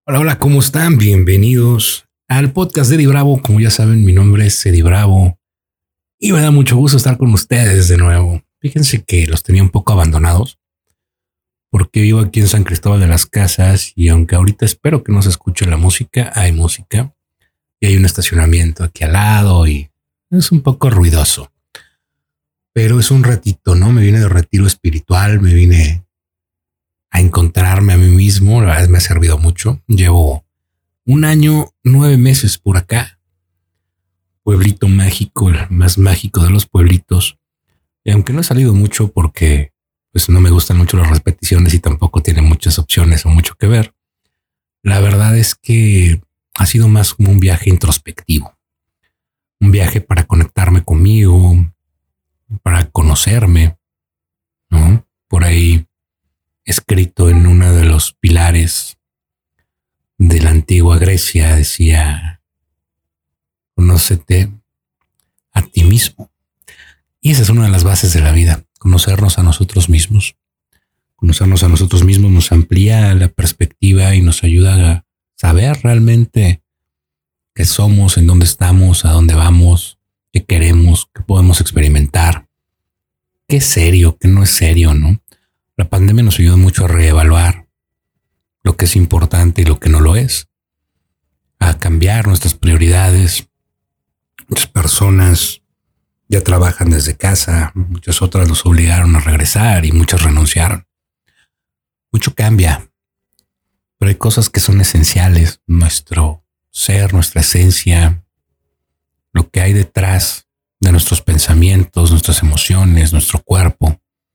Hola, hola, ¿cómo están? Bienvenidos al podcast de Eddie Bravo. Como ya saben, mi nombre es Eddie Bravo y me da mucho gusto estar con ustedes de nuevo. Fíjense que los tenía un poco abandonados porque vivo aquí en San Cristóbal de las Casas y aunque ahorita espero que no se escuche la música, hay música y hay un estacionamiento aquí al lado y es un poco ruidoso. Pero es un ratito, ¿no? Me vine de retiro espiritual, me vine a encontrarme a mí mismo. La verdad me ha servido mucho. Llevo 1 año, 9 meses por acá. Pueblito mágico, el más mágico de los pueblitos. Y aunque no he salido mucho porque pues no me gustan mucho las repeticiones y tampoco tiene muchas opciones o mucho que ver, la verdad es que ha sido más como un viaje introspectivo. Un viaje para conectarme conmigo, para conocerme, ¿no? Por ahí escrito en uno de los pilares de la antigua Grecia decía: conócete a ti mismo. Y esa es una de las bases de la vida, conocernos a nosotros mismos. Conocernos a nosotros mismos nos amplía la perspectiva y nos ayuda a saber realmente qué somos, en dónde estamos, a dónde vamos, qué queremos, qué podemos experimentar, qué es serio, qué no es serio, ¿no? La pandemia nos ayudó mucho a reevaluar lo que es importante y lo que no lo es, a cambiar nuestras prioridades. Muchas personas ya trabajan desde casa, muchas otras los obligaron a regresar y muchas renunciaron. Mucho cambia, pero hay cosas que son esenciales: nuestro ser, nuestra esencia, lo que hay detrás de nuestros pensamientos, nuestras emociones, nuestro cuerpo.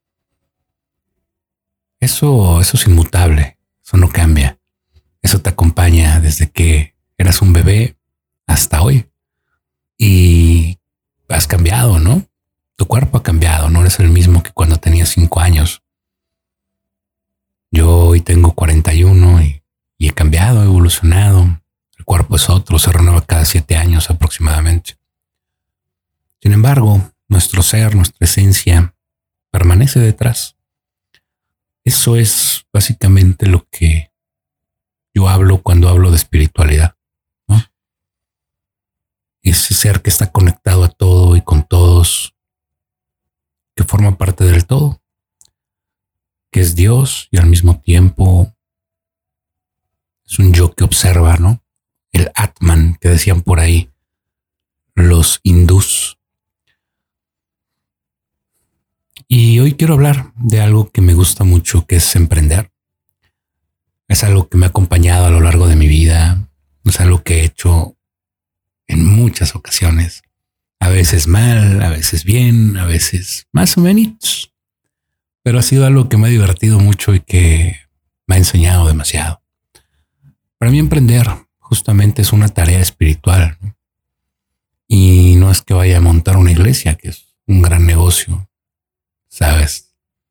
Eso es inmutable, eso no cambia. Eso te acompaña desde que eras un bebé hasta hoy. Y has cambiado, ¿no? Tu cuerpo ha cambiado, no eres el mismo que cuando tenías 5 años. Yo hoy tengo 41 y he cambiado, he evolucionado. El cuerpo es otro, se renueva cada 7 años aproximadamente. Sin embargo, nuestro ser, nuestra esencia, permanece detrás. Eso es básicamente lo que yo hablo cuando hablo de espiritualidad, ¿no? Ese ser que está conectado a todo y con todos, que forma parte del todo, que es Dios y al mismo tiempo es un yo que observa, ¿no? El Atman que decían por ahí los hindús. Y hoy quiero hablar de algo que me gusta mucho, que es emprender. Es algo que me ha acompañado a lo largo de mi vida. Es algo que he hecho en muchas ocasiones. A veces mal, a veces bien, a veces más o menos. Pero ha sido algo que me ha divertido mucho y que me ha enseñado demasiado. Para mí emprender justamente es una tarea espiritual, ¿no? Y no es que vaya a montar una iglesia, que es un gran negocio. ¿Sabes?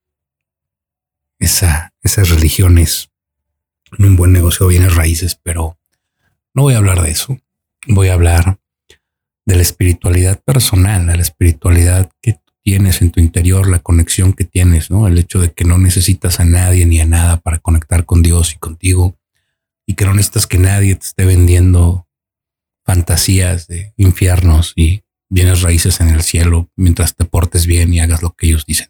Esas religiones, un buen negocio, bienes raíces, pero no voy a hablar de eso. Voy a hablar de la espiritualidad personal, de la espiritualidad que tú tienes en tu interior, la conexión que tienes, ¿no? El hecho de que no necesitas a nadie ni a nada para conectar con Dios y contigo, y que no necesitas que nadie te esté vendiendo fantasías de infiernos y bienes raíces en el cielo mientras te portes bien y hagas lo que ellos dicen,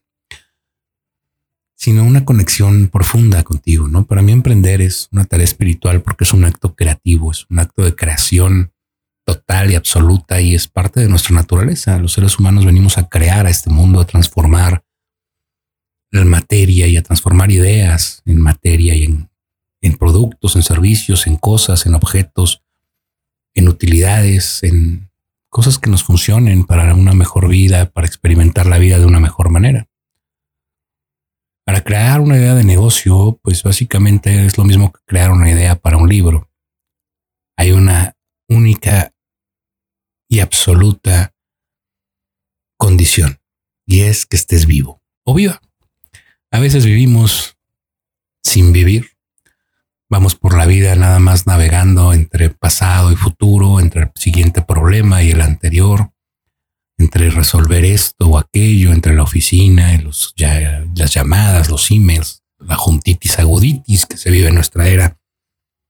sino una conexión profunda contigo, ¿no? Para mí emprender es una tarea espiritual porque es un acto creativo, es un acto de creación total y absoluta y es parte de nuestra naturaleza. Los seres humanos venimos a crear a este mundo, a transformar la materia y a transformar ideas en materia y en productos, en servicios, en cosas, en objetos, en utilidades, en cosas que nos funcionen para una mejor vida, para experimentar la vida de una mejor manera. Para crear una idea de negocio, pues básicamente es lo mismo que crear una idea para un libro. Hay una única y absoluta condición, y es que estés vivo o viva. A veces vivimos sin vivir. Vamos por la vida nada más navegando entre pasado y futuro, entre el siguiente problema y el anterior, entre resolver esto o aquello, entre la oficina y las llamadas, los emails, la juntitis aguditis que se vive en nuestra era.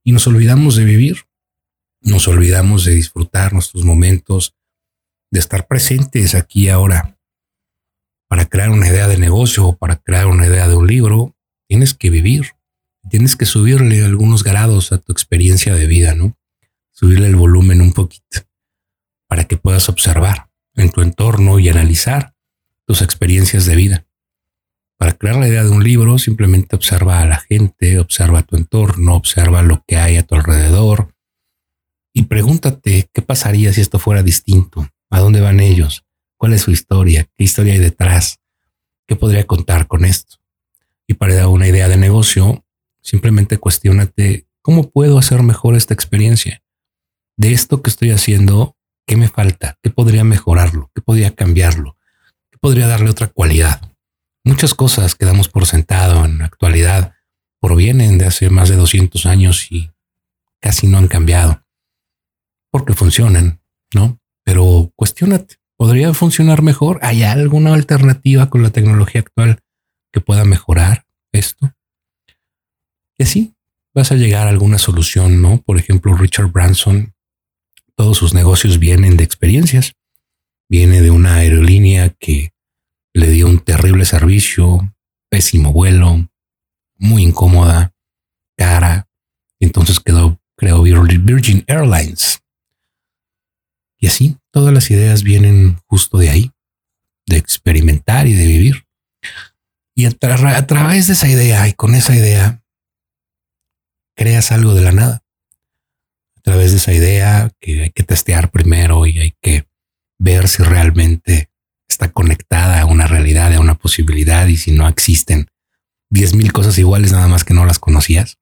y nos olvidamos de vivir, nos olvidamos de disfrutar nuestros momentos, de estar presentes aquí y ahora. Para crear una idea de negocio o para crear una idea de un libro, tienes que vivir, tienes que subirle algunos grados a tu experiencia de vida, ¿no? Subirle el volumen un poquito para que puedas observar en tu entorno y analizar tus experiencias de vida. Para crear la idea de un libro, simplemente observa a la gente, observa tu entorno, observa lo que hay a tu alrededor y pregúntate qué pasaría si esto fuera distinto, a dónde van ellos, cuál es su historia, qué historia hay detrás, qué podría contar con esto. Y para dar una idea de negocio, simplemente cuestiónate cómo puedo hacer mejor esta experiencia. De esto que estoy haciendo, ¿qué me falta? ¿Qué podría mejorarlo? ¿Qué podría cambiarlo? ¿Qué podría darle otra cualidad? Muchas cosas que damos por sentado en la actualidad provienen de hace más de 200 años y casi no han cambiado porque funcionan, ¿no? Pero cuestiónate, ¿podría funcionar mejor? ¿Hay alguna alternativa con la tecnología actual que pueda mejorar esto? Y así vas a llegar a alguna solución, ¿no? Por ejemplo, Richard Branson, todos sus negocios vienen de experiencias. Viene de una aerolínea que le dio un terrible servicio, pésimo vuelo, muy incómoda, cara. Entonces creó Virgin Airlines. Y así, todas las ideas vienen justo de ahí, de experimentar y de vivir. Y a través de esa idea y con esa idea, creas algo de la nada. A través de esa idea que hay que testear primero y hay que ver si realmente está conectada a una realidad, a una posibilidad, y si no existen 10,000 cosas iguales nada más que no las conocías.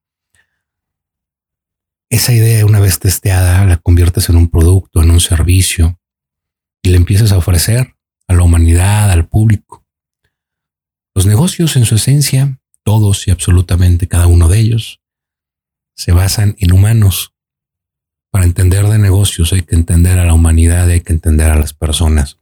Esa idea, una vez testeada, la conviertes en un producto, en un servicio y le empiezas a ofrecer a la humanidad, al público. Los negocios en su esencia, todos y absolutamente cada uno de ellos, se basan en humanos. Para entender de negocios hay que entender a la humanidad, hay que entender a las personas.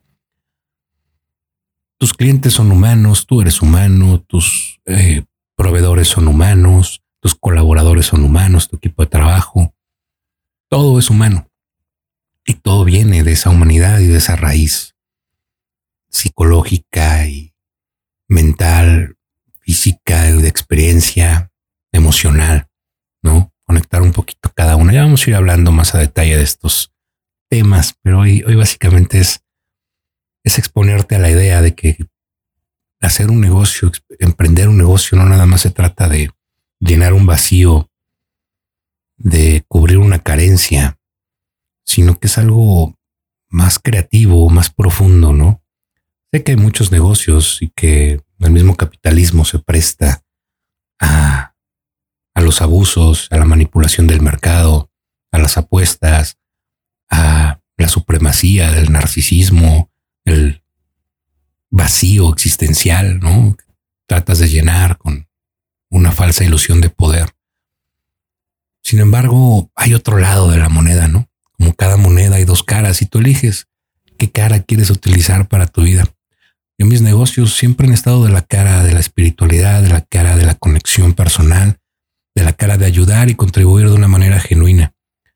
Tus clientes son humanos, tú eres humano, tus proveedores son humanos, tus colaboradores son humanos, tu equipo de trabajo. Todo es humano y todo viene de esa humanidad y de esa raíz psicológica y mental, física, de experiencia, emocional, ¿no? Conectar un poquito cada una. Ya vamos a ir hablando más a detalle de estos temas, pero hoy básicamente es exponerte a la idea de que hacer un negocio, emprender un negocio, no nada más se trata de llenar un vacío, de cubrir una carencia, sino que es algo más creativo, más profundo, ¿no? Sé que hay muchos negocios y que el mismo capitalismo se presta a los abusos, a la manipulación del mercado, a las apuestas, a la supremacía del narcisismo, el vacío existencial, ¿no? Tratas de llenar con una falsa ilusión de poder. Sin embargo, hay otro lado de la moneda, ¿no? Como cada moneda hay dos caras y tú eliges qué cara quieres utilizar para tu vida. Yo, mis negocios siempre han estado de la cara de la espiritualidad, de la cara de la conexión personal, de la cara de ayudar y contribuir de una manera genuina.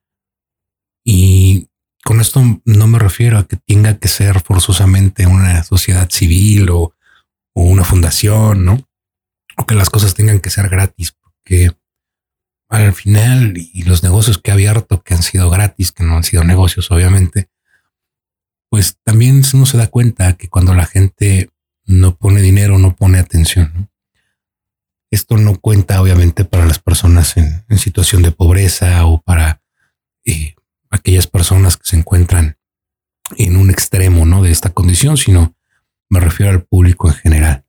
Y con esto no me refiero a que tenga que ser forzosamente una sociedad civil o una fundación, ¿no? O que las cosas tengan que ser gratis, porque al final, y los negocios que he abierto que han sido gratis, que no han sido negocios, obviamente, pues también uno se da cuenta que cuando la gente no pone dinero, no pone atención, ¿no? Esto no cuenta obviamente para las personas en situación de pobreza o para aquellas personas que se encuentran en un extremo, ¿no?, de esta condición, sino me refiero al público en general.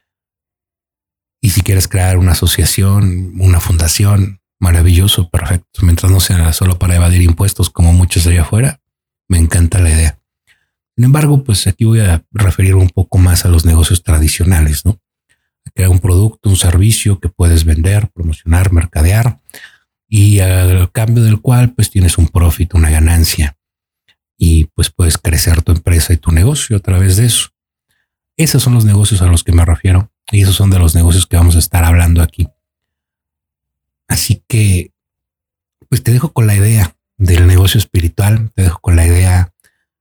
Y si quieres crear una asociación, una fundación, maravilloso, perfecto. Mientras no sea solo para evadir impuestos como muchos allá afuera, me encanta la idea. Sin embargo, pues aquí voy a referir un poco más a los negocios tradicionales, ¿no? A crear un producto, un servicio que puedes vender, promocionar, mercadear, y al cambio del cual pues tienes un profit, una ganancia, y pues puedes crecer tu empresa y tu negocio a través de eso. Esos son los negocios a los que me refiero y esos son de los negocios que vamos a estar hablando aquí. Así que pues te dejo con la idea del negocio espiritual, te dejo con la idea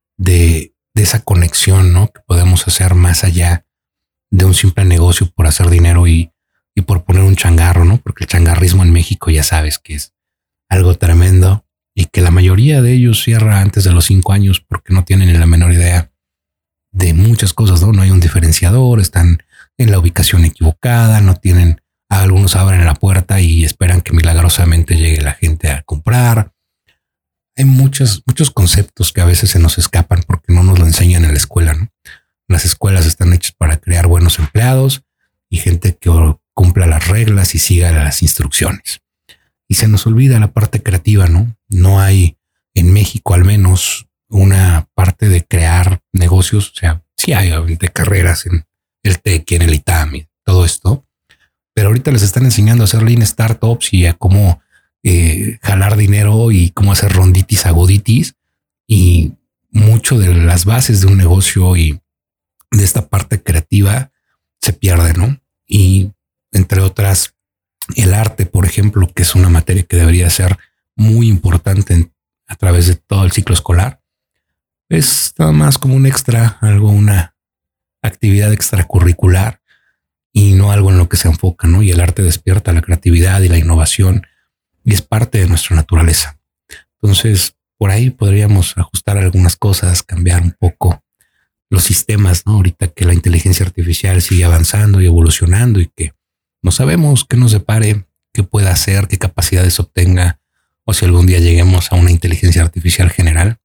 de esa conexión, ¿no? Que podemos hacer más allá de un simple negocio por hacer dinero y por poner un changarro, ¿no? Porque el changarrismo en México ya sabes que es algo tremendo y que la mayoría de ellos cierra antes de los 5 años porque no tienen ni la menor idea de muchas cosas, ¿no? No hay un diferenciador, están en la ubicación equivocada, no tienen, algunos abren la puerta y esperan que milagrosamente llegue la gente a comprar. Hay muchos conceptos que a veces se nos escapan porque no nos lo enseñan en la escuela, ¿no? Las escuelas están hechas para crear buenos empleados y gente que cumpla las reglas y siga las instrucciones. Y se nos olvida la parte creativa, ¿no? No hay en México al menos una parte de crear negocios. O sea, sí hay obviamente carreras en el TEC, en el ITAM y todo esto, pero ahorita les están enseñando a hacer lean startups y a cómo jalar dinero y cómo hacer ronditis, aguditis, y mucho de las bases de un negocio y de esta parte creativa se pierde, ¿no? Y entre otras, el arte, por ejemplo, que es una materia que debería ser muy importante a través de todo el ciclo escolar, es nada más como un extra, algo, una actividad extracurricular y no algo en lo que se enfoca, ¿no? Y el arte despierta la creatividad y la innovación y es parte de nuestra naturaleza. Entonces, por ahí podríamos ajustar algunas cosas, cambiar un poco los sistemas, ¿no? Ahorita que la inteligencia artificial sigue avanzando y evolucionando y que no sabemos qué nos depare, qué pueda hacer, qué capacidades obtenga, o si algún día lleguemos a una inteligencia artificial general.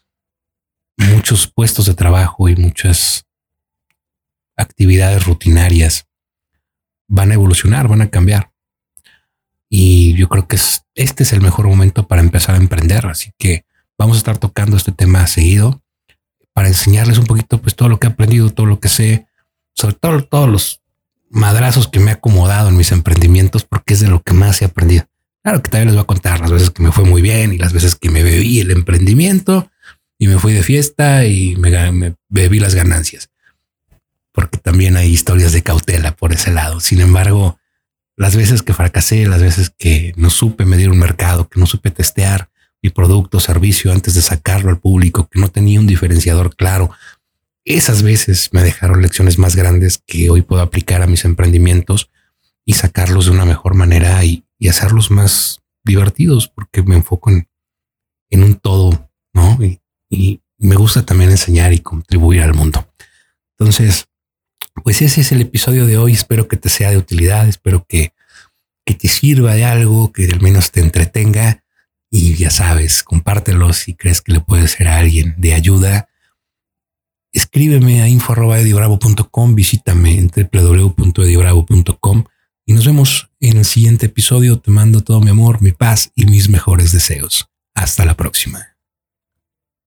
Muchos puestos de trabajo y muchas actividades rutinarias van a evolucionar, van a cambiar. Y yo creo que este es el mejor momento para empezar a emprender. Así que vamos a estar tocando este tema seguido para enseñarles un poquito, pues, todo lo que he aprendido, todo lo que sé, sobre todo todos los madrazos que me he acomodado en mis emprendimientos, porque es de lo que más he aprendido. Claro que también les voy a contar las veces que me fue muy bien y las veces que me bebí el emprendimiento y me fui de fiesta y me bebí las ganancias, porque también hay historias de cautela por ese lado. Sin embargo, las veces que fracasé, las veces que no supe medir un mercado, que no supe testear mi producto o servicio antes de sacarlo al público, que no tenía un diferenciador claro, esas veces me dejaron lecciones más grandes que hoy puedo aplicar a mis emprendimientos y sacarlos de una mejor manera y hacerlos más divertidos, porque me enfoco en un todo, ¿no? Y me gusta también enseñar y contribuir al mundo. Entonces, pues ese es el episodio de hoy. Espero que te sea de utilidad, espero que te sirva de algo, que al menos te entretenga. Y ya sabes, compártelo si crees que le puede ser a alguien de ayuda. Escríbeme a info@edibravo.com, visítame en www.edibravo.com y nos vemos en el siguiente episodio. Te mando todo mi amor, mi paz y mis mejores deseos. Hasta la próxima.